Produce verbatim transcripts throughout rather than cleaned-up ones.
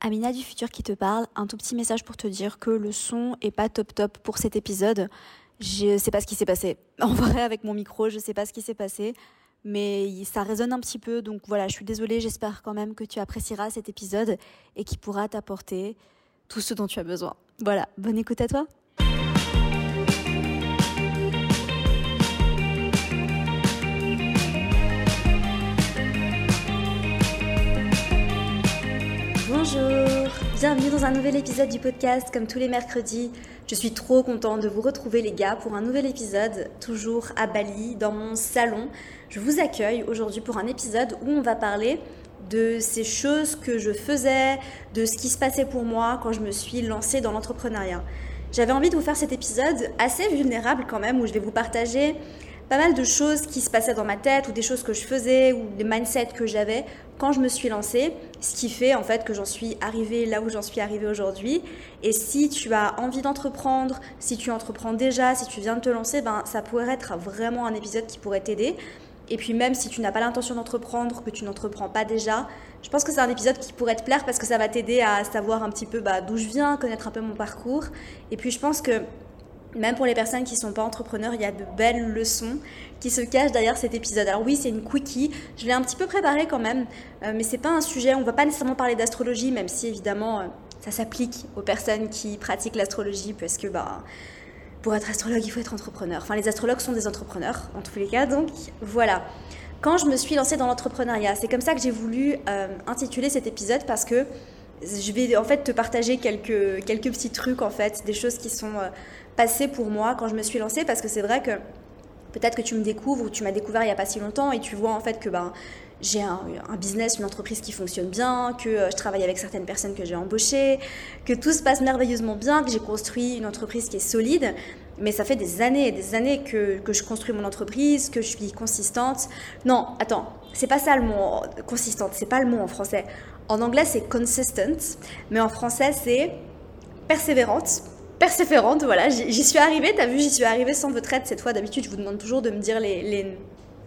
Amina du futur qui te parle, un tout petit message pour te dire que le son est pas top top pour cet épisode. Je sais pas ce qui s'est passé. En vrai, avec mon micro, je sais pas ce qui s'est passé, mais ça résonne un petit peu, donc voilà, je suis désolée, j'espère quand même que tu apprécieras cet épisode et qu'il pourra t'apporter tout ce dont tu as besoin. Voilà, bonne écoute à toi. Bonjour, bienvenue dans un nouvel épisode du podcast comme tous les mercredis. Je suis trop contente de vous retrouver les gars pour un nouvel épisode, toujours à Bali, dans mon salon. Je vous accueille aujourd'hui pour un épisode où on va parler de ces choses que je faisais, de ce qui se passait pour moi quand je me suis lancée dans l'entrepreneuriat. J'avais envie de vous faire cet épisode assez vulnérable quand même, où je vais vous partager pas mal de choses qui se passaient dans ma tête ou des choses que je faisais ou des mindsets que j'avais quand je me suis lancée, ce qui fait en fait que j'en suis arrivée là où j'en suis arrivée aujourd'hui. Et si tu as envie d'entreprendre, si tu entreprends déjà, si tu viens de te lancer, ben, ça pourrait être vraiment un épisode qui pourrait t'aider. Et puis même si tu n'as pas l'intention d'entreprendre, que tu n'entreprends pas déjà, je pense que c'est un épisode qui pourrait te plaire parce que ça va t'aider à savoir un petit peu bah, d'où je viens, connaître un peu mon parcours. Et puis je pense que même pour les personnes qui ne sont pas entrepreneurs, il y a de belles leçons qui se cachent derrière cet épisode. Alors oui, c'est une quickie, je l'ai un petit peu préparée quand même, euh, mais c'est pas un sujet, on ne va pas nécessairement parler d'astrologie, même si évidemment euh, ça s'applique aux personnes qui pratiquent l'astrologie, parce que bah, pour être astrologue, il faut être entrepreneur. Enfin, les astrologues sont des entrepreneurs, en tous les cas, donc voilà. Quand je me suis lancée dans l'entrepreneuriat, c'est comme ça que j'ai voulu euh, intituler cet épisode, parce que je vais en fait te partager quelques, quelques petits trucs, en fait, des choses qui sont euh, passées pour moi quand je me suis lancée, parce que c'est vrai que peut-être que tu me découvres ou tu m'as découvert il n'y a pas si longtemps et tu vois en fait que ben, j'ai un, un business, une entreprise qui fonctionne bien, que euh, je travaille avec certaines personnes que j'ai embauchées, que tout se passe merveilleusement bien, que j'ai construit une entreprise qui est solide. Mais ça fait des années et des années que, que je construis mon entreprise, que je suis consistante. Non, attends, c'est pas ça le mot consistante, c'est pas le mot en français. En anglais, c'est consistent, mais en français, c'est persévérante. Persévérante, voilà, j'y, j'y suis arrivée, t'as vu, j'y suis arrivée sans votre aide cette fois. D'habitude, je vous demande toujours de me dire les, les,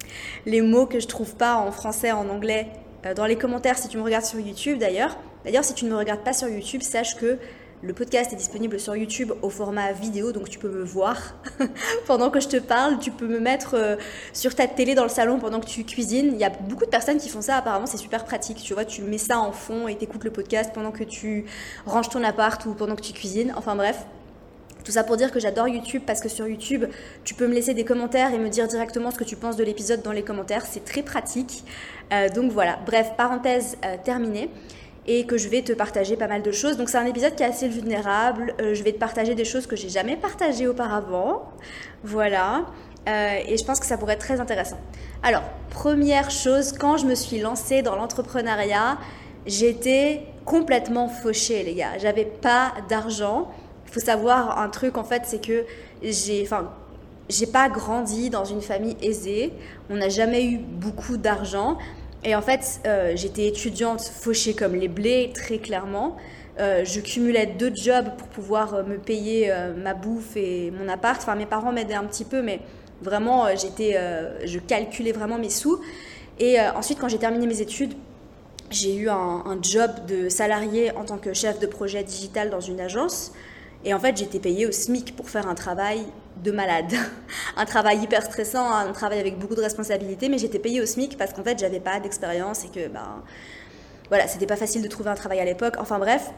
les mots que je trouve pas en français, en anglais, euh, dans les commentaires si tu me regardes sur YouTube d'ailleurs. D'ailleurs, si tu ne me regardes pas sur YouTube, sache que le podcast est disponible sur YouTube au format vidéo, donc tu peux me voir pendant que je te parle. Tu peux me mettre euh, sur ta télé dans le salon pendant que tu cuisines. Il y a beaucoup de personnes qui font ça, apparemment c'est super pratique. Tu vois, tu mets ça en fond et t'écoutes le podcast pendant que tu ranges ton appart ou pendant que tu cuisines. Enfin bref. Tout ça pour dire que j'adore YouTube parce que sur YouTube, tu peux me laisser des commentaires et me dire directement ce que tu penses de l'épisode dans les commentaires. C'est très pratique. Euh, donc voilà, bref, parenthèse euh, terminée. Et que je vais te partager pas mal de choses. Donc c'est un épisode qui est assez vulnérable. Euh, je vais te partager des choses que j'ai jamais partagées auparavant. Voilà. Euh, et je pense que ça pourrait être très intéressant. Alors, première chose, quand je me suis lancée dans l'entrepreneuriat, j'étais complètement fauchée, les gars. J'avais pas d'argent. Il faut savoir un truc, en fait, c'est que j'ai... Enfin, j'ai pas grandi dans une famille aisée. On n'a jamais eu beaucoup d'argent. Et en fait, euh, j'étais étudiante fauchée comme les blés, très clairement. Euh, je cumulais deux jobs pour pouvoir euh, me payer euh, ma bouffe et mon appart. Enfin, mes parents m'aidaient un petit peu, mais vraiment, euh, j'étais, euh, je calculais vraiment mes sous. Et euh, ensuite, quand j'ai terminé mes études, j'ai eu un, un job de salarié en tant que chef de projet digital dans une agence. Et en fait, j'étais payée au SMIC pour faire un travail de malade. Un travail hyper stressant, un travail avec beaucoup de responsabilités, mais j'étais payée au SMIC parce qu'en fait, j'avais pas d'expérience et que, ben, voilà, c'était pas facile de trouver un travail à l'époque. Enfin bref.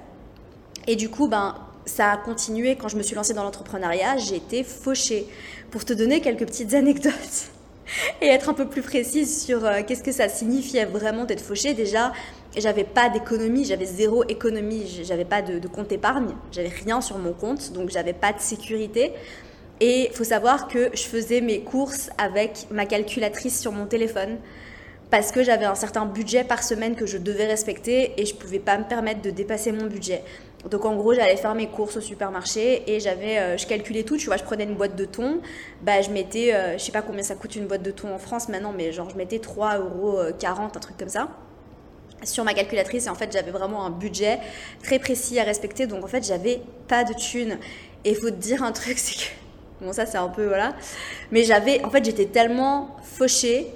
Et du coup, ben, ça a continué quand je me suis lancée dans l'entrepreneuriat. J'ai été fauchée. Pour te donner quelques petites anecdotes et être un peu plus précise sur euh, qu'est-ce que ça signifiait vraiment d'être fauchée. Déjà, j'avais pas d'économie, j'avais zéro économie, j'avais pas de, de compte épargne, j'avais rien sur mon compte, donc j'avais pas de sécurité. Et il faut savoir que je faisais mes courses avec ma calculatrice sur mon téléphone parce que j'avais un certain budget par semaine que je devais respecter et je pouvais pas me permettre de dépasser mon budget. Donc en gros, j'allais faire mes courses au supermarché et j'avais, euh, je calculais tout, tu vois, je prenais une boîte de thon, bah je mettais, euh, je sais pas combien ça coûte une boîte de thon en France maintenant, mais genre je mettais trois euros quarante, un truc comme ça, sur ma calculatrice. Et en fait, j'avais vraiment un budget très précis à respecter, donc en fait, j'avais pas de thunes. Et il faut te dire un truc, c'est que, bon ça c'est un peu, voilà, mais j'avais, en fait, j'étais tellement fauchée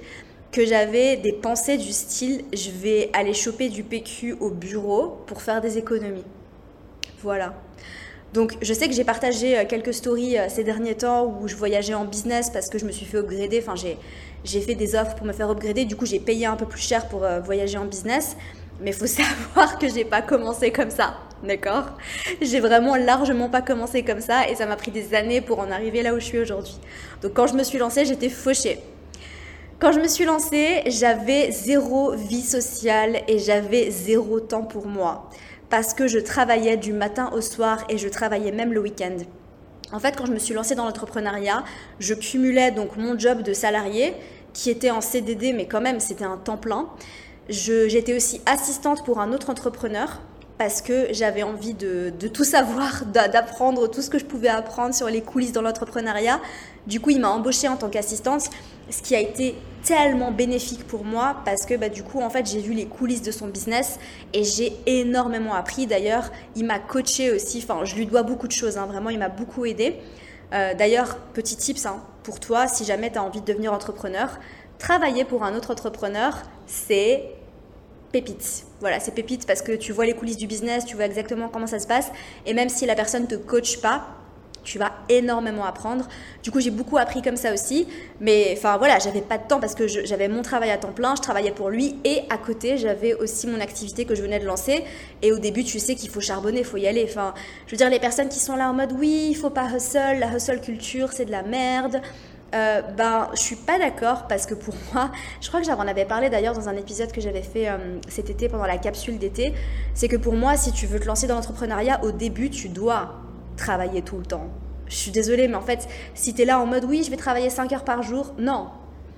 que j'avais des pensées du style « je vais aller choper du P Q au bureau pour faire des économies ». Voilà. Donc, je sais que j'ai partagé quelques stories ces derniers temps où je voyageais en business parce que je me suis fait upgrader. Enfin, j'ai, j'ai fait des offres pour me faire upgrader. Du coup, j'ai payé un peu plus cher pour euh, voyager en business. Mais il faut savoir que j'ai pas commencé comme ça, d'accord ? J'ai vraiment largement pas commencé comme ça et ça m'a pris des années pour en arriver là où je suis aujourd'hui. Donc, quand je me suis lancée, j'étais fauchée. Quand je me suis lancée, j'avais zéro vie sociale et j'avais zéro temps pour moi. Parce que je travaillais du matin au soir et je travaillais même le week-end. En fait, quand je me suis lancée dans l'entrepreneuriat, je cumulais donc mon job de salarié qui était en C D D, mais quand même, c'était un temps plein. Je, j'étais aussi assistante pour un autre entrepreneur parce que j'avais envie de, de tout savoir, d'apprendre tout ce que je pouvais apprendre sur les coulisses dans l'entrepreneuriat. Du coup, il m'a embauchée en tant qu'assistante, ce qui a été tellement bénéfique pour moi parce que bah, du coup, en fait, j'ai vu les coulisses de son business et j'ai énormément appris. D'ailleurs, il m'a coachée aussi. Enfin, je lui dois beaucoup de choses. Hein. Vraiment, il m'a beaucoup aidée. Euh, d'ailleurs, petit tips hein, pour toi, si jamais tu as envie de devenir entrepreneur, travailler pour un autre entrepreneur, c'est pépite. Voilà, c'est pépite parce que tu vois les coulisses du business, tu vois exactement comment ça se passe. Et même si la personne ne te coache pas, tu vas énormément apprendre. Du coup, j'ai beaucoup appris comme ça aussi. Mais enfin voilà, j'avais pas de temps parce que je, j'avais mon travail à temps plein, je travaillais pour lui. Et à côté, j'avais aussi mon activité que je venais de lancer. Et au début, tu sais qu'il faut charbonner, il faut y aller. Enfin, je veux dire, les personnes qui sont là en mode « oui, il faut pas hustle, la hustle culture, c'est de la merde ». Euh, ben, je suis pas d'accord parce que pour moi, je crois que j'en avais parlé d'ailleurs dans un épisode que j'avais fait euh, cet été pendant la capsule d'été, c'est que pour moi, si tu veux te lancer dans l'entrepreneuriat, au début, tu dois travailler tout le temps. Je suis désolée, mais en fait, si tu es là en mode oui, je vais travailler cinq heures par jour, non,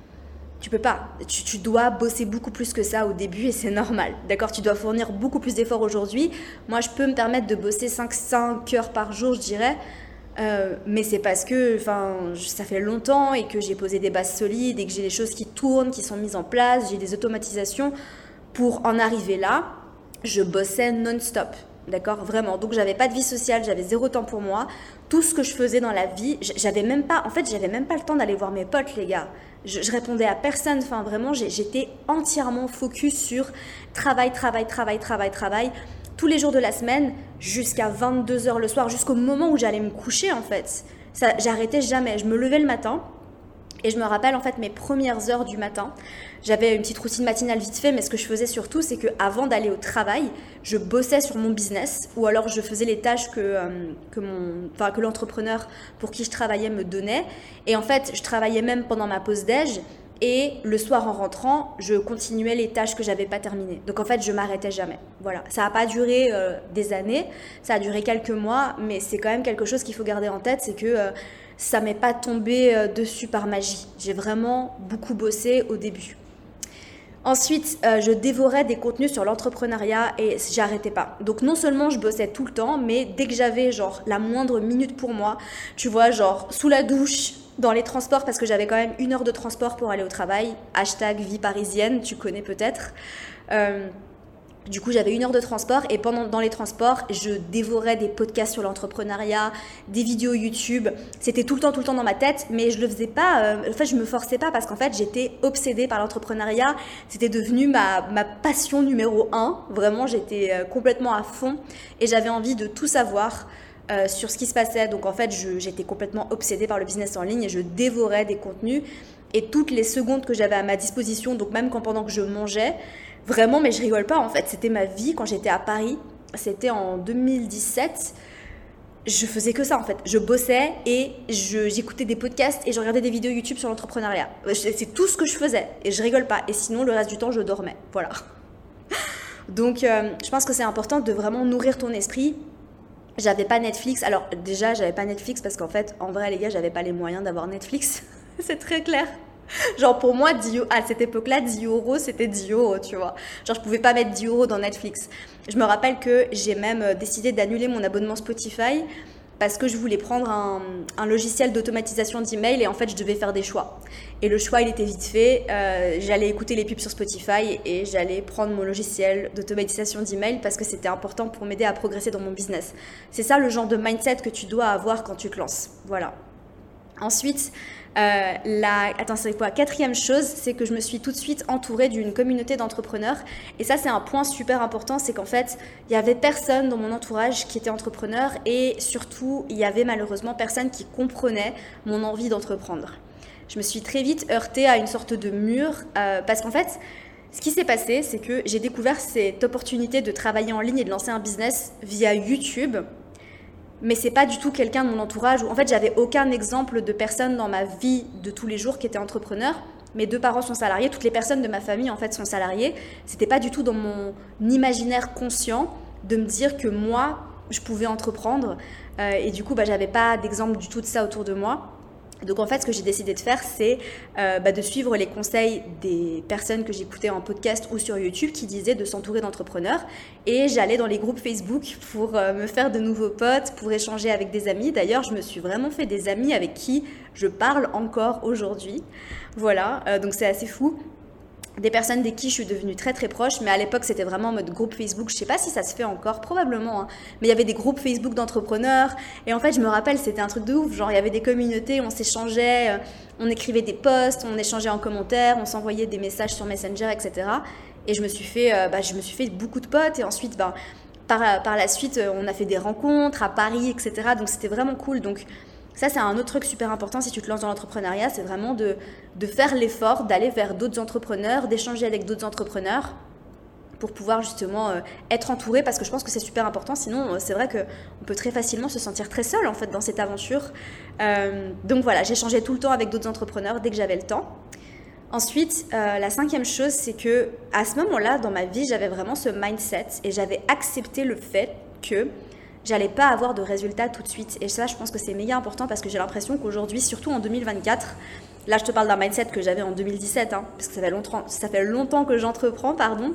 tu peux pas. Tu, tu dois bosser beaucoup plus que ça au début et c'est normal. D'accord, tu dois fournir beaucoup plus d'efforts aujourd'hui. Moi, je peux me permettre de bosser cinq, cinq heures par jour, je dirais. Euh, mais c'est parce que ça fait longtemps et que j'ai posé des bases solides et que j'ai des choses qui tournent, qui sont mises en place, j'ai des automatisations. Pour en arriver là, je bossais non-stop, d'accord, vraiment. Donc j'avais pas de vie sociale, j'avais zéro temps pour moi. Tout ce que je faisais dans la vie, j'avais même pas, en fait, j'avais même pas le temps d'aller voir mes potes, les gars. Je, je répondais à personne, enfin vraiment, j'étais entièrement focus sur travail, travail, travail, travail, travail. Tous les jours de la semaine, jusqu'à vingt-deux heures le soir, jusqu'au moment où j'allais me coucher en fait. Ça, j'arrêtais jamais. Je me levais le matin et je me rappelle en fait mes premières heures du matin. J'avais une petite routine matinale vite fait, mais ce que je faisais surtout, c'est qu'avant d'aller au travail, je bossais sur mon business ou alors je faisais les tâches que, euh, que, mon, enfin, que l'entrepreneur pour qui je travaillais me donnait. Et en fait, je travaillais même pendant ma pause déj. Et le soir en rentrant, je continuais les tâches que j'avais pas terminées. Donc en fait, je m'arrêtais jamais. Voilà, ça n'a pas duré euh, des années, ça a duré quelques mois, mais c'est quand même quelque chose qu'il faut garder en tête, c'est que euh, ça m'est pas tombé euh, dessus par magie. J'ai vraiment beaucoup bossé au début. Ensuite, euh, je dévorais des contenus sur l'entrepreneuriat et j'arrêtais pas. Donc non seulement je bossais tout le temps, mais dès que j'avais genre la moindre minute pour moi, tu vois, genre sous la douche, dans les transports, parce que j'avais quand même une heure de transport pour aller au travail, hashtag vie parisienne, tu connais peut-être. Euh, du coup, j'avais une heure de transport et pendant dans les transports, je dévorais des podcasts sur l'entrepreneuriat, des vidéos YouTube. C'était tout le temps, tout le temps dans ma tête, mais je le faisais pas. Euh, en fait, je me forçais pas parce qu'en fait, j'étais obsédée par l'entrepreneuriat. C'était devenu ma, ma passion numéro un. Vraiment, j'étais euh, complètement à fond et j'avais envie de tout savoir. Euh, sur ce qui se passait. Donc en fait, je, j'étais complètement obsédée par le business en ligne et je dévorais des contenus. Et toutes les secondes que j'avais à ma disposition, donc même quand pendant que je mangeais, vraiment, mais je rigole pas en fait, c'était ma vie quand j'étais à Paris. C'était en deux mille dix-sept. Je faisais que ça en fait. Je bossais et je, j'écoutais des podcasts et je regardais des vidéos YouTube sur l'entrepreneuriat. C'est tout ce que je faisais et je rigole pas. Et sinon, le reste du temps, je dormais. Voilà. Donc, euh, je pense que c'est important de vraiment nourrir ton esprit. J'avais pas Netflix. Alors déjà, j'avais pas Netflix parce qu'en fait, en vrai, les gars, j'avais pas les moyens d'avoir Netflix. C'est très clair. Genre pour moi, dix, à cette époque-là, dix euros, c'était dix euros, tu vois. Genre je pouvais pas mettre dix euros dans Netflix. Je me rappelle que j'ai même décidé d'annuler mon abonnement Spotify parce que je voulais prendre un, un logiciel d'automatisation d'email et en fait, je devais faire des choix. Et le choix, il était vite fait. Euh, j'allais écouter les pubs sur Spotify et j'allais prendre mon logiciel d'automatisation d'email parce que c'était important pour m'aider à progresser dans mon business. C'est ça le genre de mindset que tu dois avoir quand tu te lances. Voilà. Ensuite, euh, la, attends, c'est quoi? Quatrième chose, c'est que je me suis tout de suite entourée d'une communauté d'entrepreneurs. Et ça, c'est un point super important, c'est qu'en fait, il y avait personne dans mon entourage qui était entrepreneur et surtout, il y avait malheureusement personne qui comprenait mon envie d'entreprendre. Je me suis très vite heurtée à une sorte de mur euh, parce qu'en fait, ce qui s'est passé, c'est que j'ai découvert cette opportunité de travailler en ligne et de lancer un business via YouTube. Mais c'est pas du tout quelqu'un de mon entourage où en fait j'avais aucun exemple de personne dans ma vie de tous les jours qui était entrepreneur. Mes deux parents sont salariés, toutes les personnes de ma famille en fait sont salariées. C'était pas du tout dans mon imaginaire conscient de me dire que moi je pouvais entreprendre euh, et du coup bah, j'avais pas d'exemple du tout de ça autour de moi. Donc en fait, ce que j'ai décidé de faire, c'est euh, bah, de suivre les conseils des personnes que j'écoutais en podcast ou sur YouTube qui disaient de s'entourer d'entrepreneurs. Et j'allais dans les groupes Facebook pour euh, me faire de nouveaux potes, pour échanger avec des amis. D'ailleurs, je me suis vraiment fait des amis avec qui je parle encore aujourd'hui. Voilà, euh, donc c'est assez fou. Des personnes des qui je suis devenue très très proche, mais à l'époque c'était vraiment en mode groupe Facebook, je sais pas si ça se fait encore, probablement, hein. Mais il y avait des groupes Facebook d'entrepreneurs, et en fait je me rappelle c'était un truc de ouf, genre il y avait des communautés, on s'échangeait, on écrivait des posts, on échangeait en commentaire, on s'envoyait des messages sur Messenger, et cetera. Et je me suis fait, euh, bah, je me suis fait beaucoup de potes, et ensuite bah, par, par la suite on a fait des rencontres à Paris, et cetera. Donc c'était vraiment cool, donc ça, c'est un autre truc super important si tu te lances dans l'entrepreneuriat, c'est vraiment de, de faire l'effort d'aller vers d'autres entrepreneurs, d'échanger avec d'autres entrepreneurs pour pouvoir justement euh, être entouré, parce que je pense que c'est super important. Sinon, euh, c'est vrai qu'on peut très facilement se sentir très seul en fait dans cette aventure. Euh, donc voilà, j'échangeais tout le temps avec d'autres entrepreneurs dès que j'avais le temps. Ensuite, euh, la cinquième chose, c'est que à ce moment-là, dans ma vie, j'avais vraiment ce mindset et j'avais accepté le fait que j'allais pas avoir de résultats tout de suite. Et ça, je pense que c'est méga important parce que j'ai l'impression qu'aujourd'hui, surtout en deux mille vingt-quatre, là, je te parle d'un mindset que j'avais en deux mille dix-sept, hein, parce que ça fait longtemps, ça fait longtemps que j'entreprends, pardon.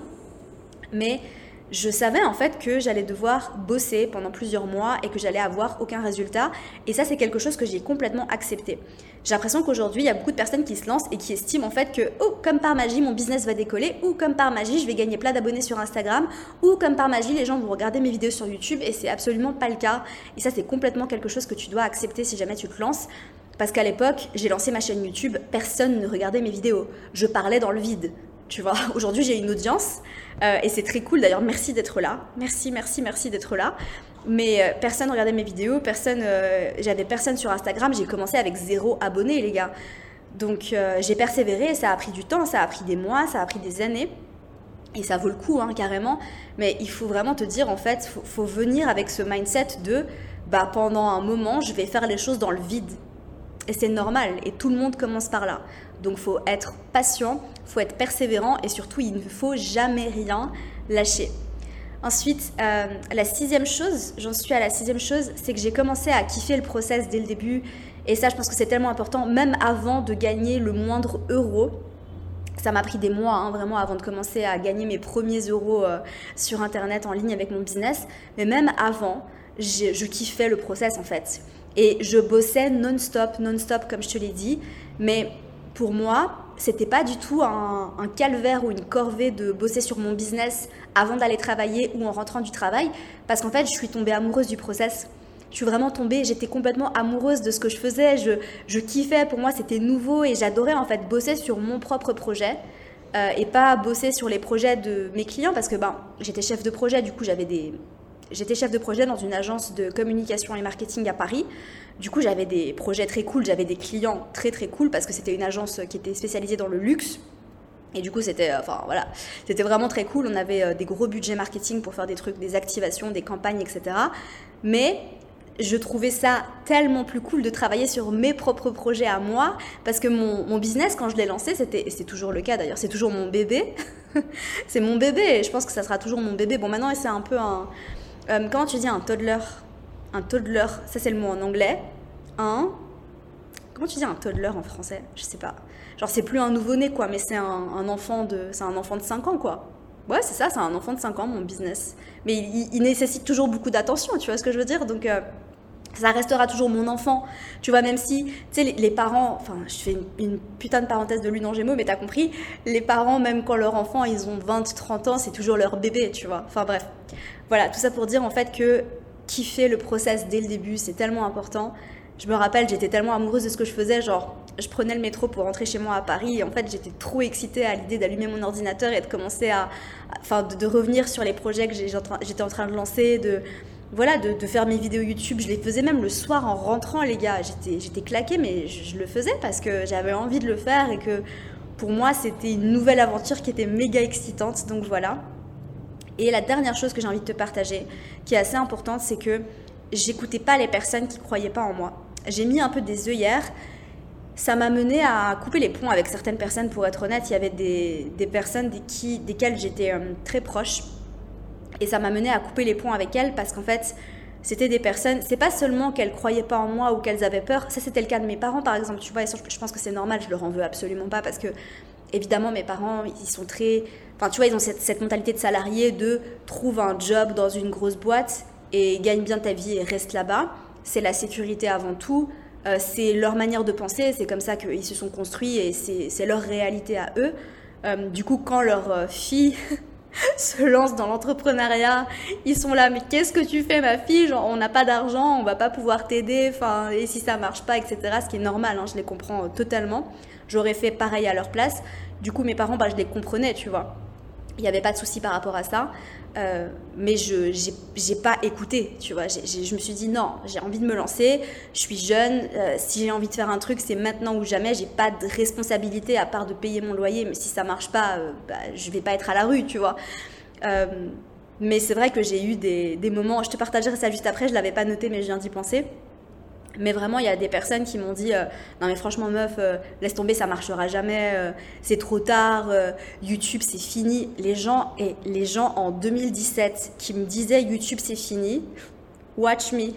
Mais je savais en fait que j'allais devoir bosser pendant plusieurs mois et que j'allais avoir aucun résultat. Et ça, c'est quelque chose que j'ai complètement accepté. J'ai l'impression qu'aujourd'hui, il y a beaucoup de personnes qui se lancent et qui estiment en fait que, oh, comme par magie, mon business va décoller, ou comme par magie, je vais gagner plein d'abonnés sur Instagram, ou comme par magie, les gens vont regarder mes vidéos sur YouTube, et c'est absolument pas le cas. Et ça, c'est complètement quelque chose que tu dois accepter si jamais tu te lances. Parce qu'à l'époque, j'ai lancé ma chaîne YouTube, personne ne regardait mes vidéos. Je parlais dans le vide. Tu vois, aujourd'hui j'ai une audience euh, et c'est très cool d'ailleurs, merci d'être là, merci, merci, merci d'être là. Mais euh, personne regardait mes vidéos, personne, euh, j'avais personne sur Instagram, j'ai commencé avec zéro abonné les gars. Donc euh, j'ai persévéré, ça a pris du temps, ça a pris des mois, ça a pris des années. Et ça vaut le coup hein, carrément, mais il faut vraiment te dire en fait, faut, faut venir avec ce mindset de bah, pendant un moment je vais faire les choses dans le vide. Et c'est normal, et tout le monde commence par là. Donc, il faut être patient, il faut être persévérant et surtout, il ne faut jamais rien lâcher. Ensuite, euh, la sixième chose, j'en suis à la sixième chose, c'est que j'ai commencé à kiffer le process dès le début. Et ça, je pense que c'est tellement important, même avant de gagner le moindre euro. Ça m'a pris des mois, hein, vraiment, avant de commencer à gagner mes premiers euros euh, sur Internet, en ligne avec mon business. Mais même avant, je, je kiffais le process, en fait. Et je bossais non-stop, non-stop, comme je te l'ai dit. Mais pour moi, c'était pas du tout un, un calvaire ou une corvée de bosser sur mon business avant d'aller travailler ou en rentrant du travail. Parce qu'en fait, je suis tombée amoureuse du process. Je suis vraiment tombée, j'étais complètement amoureuse de ce que je faisais. Je, je kiffais, pour moi, c'était nouveau et j'adorais en fait bosser sur mon propre projet. Euh, et pas bosser sur les projets de mes clients parce que ben, j'étais chef de projet, du coup j'avais des... J'étais chef de projet dans une agence de communication et marketing à Paris. Du coup, j'avais des projets très cool, j'avais des clients très très cool parce que c'était une agence qui était spécialisée dans le luxe. Et du coup, c'était, enfin voilà, c'était vraiment très cool. On avait des gros budgets marketing pour faire des trucs, des activations, des campagnes, et cetera. Mais je trouvais ça tellement plus cool de travailler sur mes propres projets à moi parce que mon, mon business, quand je l'ai lancé, c'était, et c'est toujours le cas d'ailleurs, c'est toujours mon bébé. C'est mon bébé et je pense que ça sera toujours mon bébé. Bon, maintenant, c'est un peu un... Euh, comment tu dis un toddler? Un toddler, ça c'est le mot en anglais. Un... Comment tu dis un toddler en français? Je sais pas. Genre c'est plus un nouveau-né quoi, mais c'est un, un enfant de... C'est un enfant de cinq ans quoi. Ouais, c'est ça, c'est un enfant de cinq ans mon business. Mais il, il nécessite toujours beaucoup d'attention, tu vois ce que je veux dire? Donc... Euh, ça restera toujours mon enfant, tu vois, même si, tu sais, les, les parents, enfin, je fais une, une putain de parenthèse de lune en gémeaux, mais t'as compris, les parents, même quand leur enfant, ils ont vingt, trente ans, c'est toujours leur bébé, tu vois, enfin bref. Voilà, tout ça pour dire en fait que kiffer le process dès le début, c'est tellement important. Je me rappelle, j'étais tellement amoureuse de ce que je faisais, genre je prenais le métro pour rentrer chez moi à Paris et en fait j'étais trop excitée à l'idée d'allumer mon ordinateur et de commencer à, enfin de, de revenir sur les projets que j'ai, j'étais en train de lancer, de voilà, de, de faire mes vidéos YouTube. Je les faisais même le soir en rentrant, les gars. J'étais, j'étais claquée, mais je, je le faisais parce que j'avais envie de le faire et que pour moi c'était une nouvelle aventure qui était méga excitante. Donc voilà. Et la dernière chose que j'ai envie de te partager, qui est assez importante, c'est que j'écoutais pas les personnes qui croyaient pas en moi. J'ai mis un peu des œillères. Ça m'a mené à couper les ponts avec certaines personnes, pour être honnête. Il y avait des, des personnes des qui, desquelles j'étais euh, très proche. Et ça m'a mené à couper les ponts avec elles parce qu'en fait, c'était des personnes... C'est pas seulement qu'elles croyaient pas en moi ou qu'elles avaient peur. Ça, c'était le cas de mes parents, par exemple. Tu vois, et ça, je pense que c'est normal. Je leur en veux absolument pas parce que, évidemment, mes parents, ils sont très... Enfin, tu vois, ils ont cette, cette mentalité de salarié de trouve un job dans une grosse boîte et gagne bien ta vie et reste là-bas. C'est la sécurité avant tout. Euh, c'est leur manière de penser. C'est comme ça qu'ils se sont construits et c'est, c'est leur réalité à eux. Euh, du coup, quand leur euh, fille se lance dans l'entrepreneuriat, ils sont là, mais qu'est-ce que tu fais, ma fille? Genre, on n'a pas d'argent, on va pas pouvoir t'aider. Enfin, et si ça marche pas, et cetera. Ce qui est normal, hein, je les comprends euh, totalement. J'aurais fait pareil à leur place. Du coup, mes parents, bah, je les comprenais, tu vois. Il n'y avait pas de souci par rapport à ça, euh, mais je j'ai, j'ai pas écouté, tu vois. J'ai, j'ai, je me suis dit non, j'ai envie de me lancer, je suis jeune, euh, si j'ai envie de faire un truc, c'est maintenant ou jamais. J'ai pas de responsabilité à part de payer mon loyer, mais si ça marche pas, euh, bah, je vais pas être à la rue, tu vois. Euh, mais c'est vrai que j'ai eu des, des moments, je te partagerai ça juste après, je l'avais pas noté, mais je viens d'y penser. Mais vraiment, il y a des personnes qui m'ont dit euh, non mais franchement meuf, euh, laisse tomber, ça marchera jamais, euh, c'est trop tard, euh, YouTube c'est fini. Les gens, et les gens en deux mille dix-sept qui me disaient YouTube c'est fini, watch me.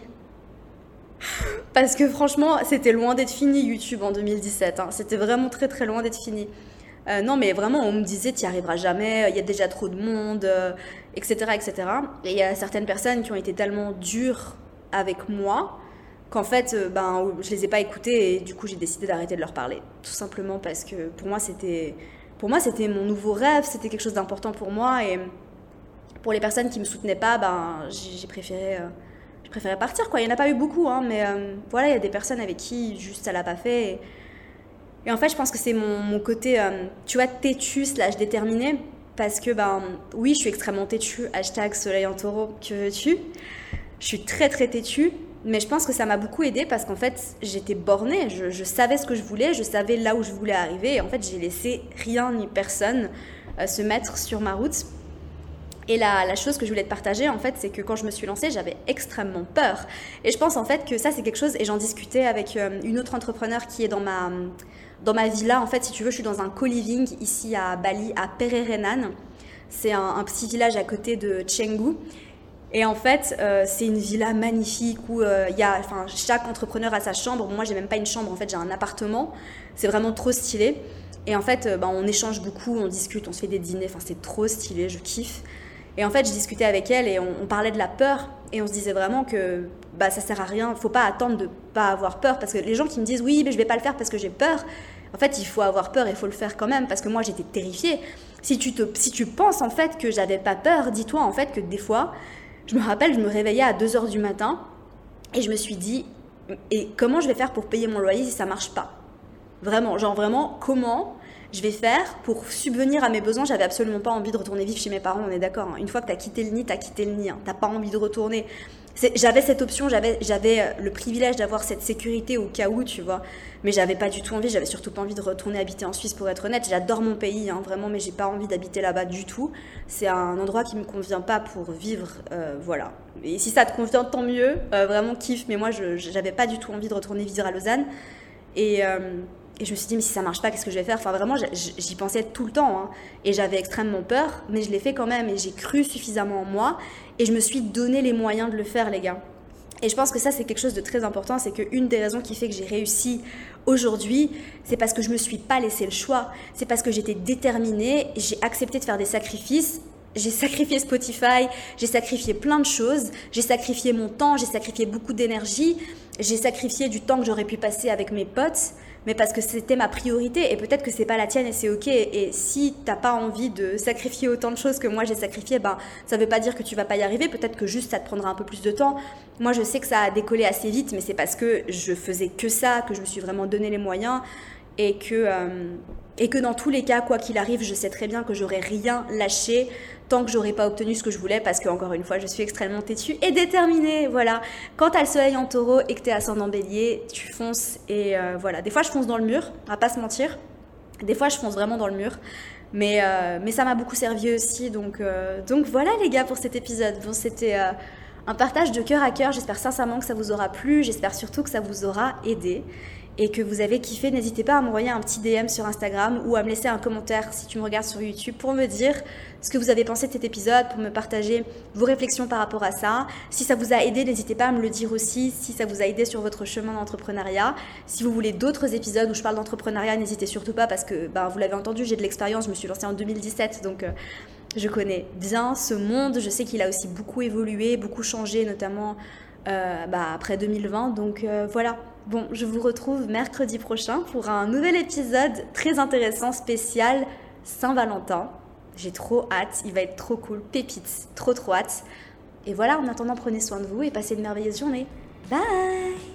Parce que franchement, c'était loin d'être fini YouTube en deux mille dix-sept, hein. C'était vraiment très très loin d'être fini. Euh, non mais vraiment, on me disait t'y arriveras jamais, il y a déjà trop de monde, euh, et cetera, et cetera. Et il y a certaines personnes qui ont été tellement dures avec moi qu'en fait, euh, ben, je les ai pas écoutés et du coup, j'ai décidé d'arrêter de leur parler. Tout simplement parce que pour moi, c'était, pour moi, c'était mon nouveau rêve, c'était quelque chose d'important pour moi et pour les personnes qui me soutenaient pas, ben, j'ai, j'ai préféré, euh, j'ai préféré partir, quoi. Il y en a pas eu beaucoup, hein, mais euh, voilà, il y a des personnes avec qui juste ça l'a pas fait. Et, et en fait, je pense que c'est mon, mon côté, euh, tu vois, têtu slash déterminé, parce que, ben, oui, je suis extrêmement têtue, hashtag soleil en taureau, que veux-tu. Je suis très, très têtue. Mais je pense que ça m'a beaucoup aidée parce qu'en fait, j'étais bornée, je, je savais ce que je voulais, je savais là où je voulais arriver. Et en fait, j'ai laissé rien ni personne euh, se mettre sur ma route. Et la, la chose que je voulais te partager, en fait, c'est que quand je me suis lancée, j'avais extrêmement peur. Et je pense en fait que ça, c'est quelque chose, et j'en discutais avec euh, une autre entrepreneur qui est dans ma, dans ma villa. En fait, si tu veux, je suis dans un co-living ici à Bali, à Pererenan. C'est un, un petit village à côté de Canggu. Et en fait, euh, c'est une villa magnifique où euh, y a, enfin, chaque entrepreneur a sa chambre. Moi, j'ai même pas une chambre, en fait, j'ai un appartement. C'est vraiment trop stylé. Et en fait, euh, bah, on échange beaucoup, on discute, on se fait des dîners. Enfin, c'est trop stylé, je kiffe. Et en fait, je discutais avec elle et on, on parlait de la peur. Et on se disait vraiment que bah, ça sert à rien. Il faut pas attendre de pas avoir peur. Parce que les gens qui me disent « Oui, mais je vais pas le faire parce que j'ai peur », en fait, il faut avoir peur et il faut le faire quand même. Parce que moi, j'étais terrifiée. Si tu, te, si tu penses en fait que j'avais pas peur, dis-toi en fait que des fois... Je me rappelle, je me réveillais à deux heures du matin et je me suis dit, et comment je vais faire pour payer mon loyer si ça marche pas? Vraiment, genre vraiment, comment je vais faire pour subvenir à mes besoins? J'avais absolument pas envie de retourner vivre chez mes parents, on est d'accord, hein. Une fois que t'as quitté le nid, t'as quitté le nid, hein. T'as pas envie de retourner. C'est, j'avais cette option, j'avais, j'avais le privilège d'avoir cette sécurité au cas où, tu vois. Mais j'avais pas du tout envie, j'avais surtout pas envie de retourner habiter en Suisse, pour être honnête. J'adore mon pays, hein, vraiment, mais j'ai pas envie d'habiter là-bas du tout. C'est un endroit qui me convient pas pour vivre, euh, voilà. Et si ça te convient, tant mieux, euh, vraiment kiffe. Mais moi, je, j'avais pas du tout envie de retourner vivre à Lausanne. Et... Euh, Et je me suis dit, mais si ça marche pas, qu'est-ce que je vais faire? Enfin, vraiment, j'y pensais tout le temps, hein. Et j'avais extrêmement peur, mais je l'ai fait quand même. Et j'ai cru suffisamment en moi. Et je me suis donné les moyens de le faire, les gars. Et je pense que ça, c'est quelque chose de très important. C'est qu'une des raisons qui fait que j'ai réussi aujourd'hui, c'est parce que je me suis pas laissé le choix. C'est parce que j'étais déterminée. J'ai accepté de faire des sacrifices. J'ai sacrifié Spotify, j'ai sacrifié plein de choses, j'ai sacrifié mon temps, j'ai sacrifié beaucoup d'énergie, j'ai sacrifié du temps que j'aurais pu passer avec mes potes mais parce que c'était ma priorité et peut-être que c'est pas la tienne et c'est ok. Et si t'as pas envie de sacrifier autant de choses que moi j'ai sacrifié, ben ça veut pas dire que tu vas pas y arriver, peut-être que juste ça te prendra un peu plus de temps. Moi je sais que ça a décollé assez vite, mais c'est parce que je faisais que ça, que je me suis vraiment donné les moyens et que, euh, et que dans tous les cas, quoi qu'il arrive, je sais très bien que j'aurais rien lâché tant que j'aurais pas obtenu ce que je voulais, parce que encore une fois, je suis extrêmement têtue et déterminée. Voilà. Quand t'as le soleil en taureau et que t'es ascendant bélier, tu fonces et euh, voilà. Des fois, je fonce dans le mur, on va pas se mentir. Des fois, je fonce vraiment dans le mur. Mais, euh, mais ça m'a beaucoup servi aussi. Donc, euh, donc voilà les gars pour cet épisode. Bon, c'était euh, un partage de cœur à cœur. J'espère sincèrement que ça vous aura plu. J'espère surtout que ça vous aura aidé et que vous avez kiffé. N'hésitez pas à m'envoyer un petit D M sur Instagram ou à me laisser un commentaire si tu me regardes sur YouTube pour me dire ce que vous avez pensé de cet épisode, pour me partager vos réflexions par rapport à ça. Si ça vous a aidé, n'hésitez pas à me le dire aussi, si ça vous a aidé sur votre chemin d'entrepreneuriat. Si vous voulez d'autres épisodes où je parle d'entrepreneuriat, n'hésitez surtout pas parce que ben, vous l'avez entendu, j'ai de l'expérience, je me suis lancée en deux mille dix-sept, donc euh, je connais bien ce monde. Je sais qu'il a aussi beaucoup évolué, beaucoup changé, notamment euh, bah, après deux mille vingt, donc euh, voilà. Bon, je vous retrouve mercredi prochain pour un nouvel épisode très intéressant, spécial Saint-Valentin. J'ai trop hâte, il va être trop cool, pépite, trop trop hâte. Et voilà, en attendant, prenez soin de vous et passez une merveilleuse journée. Bye!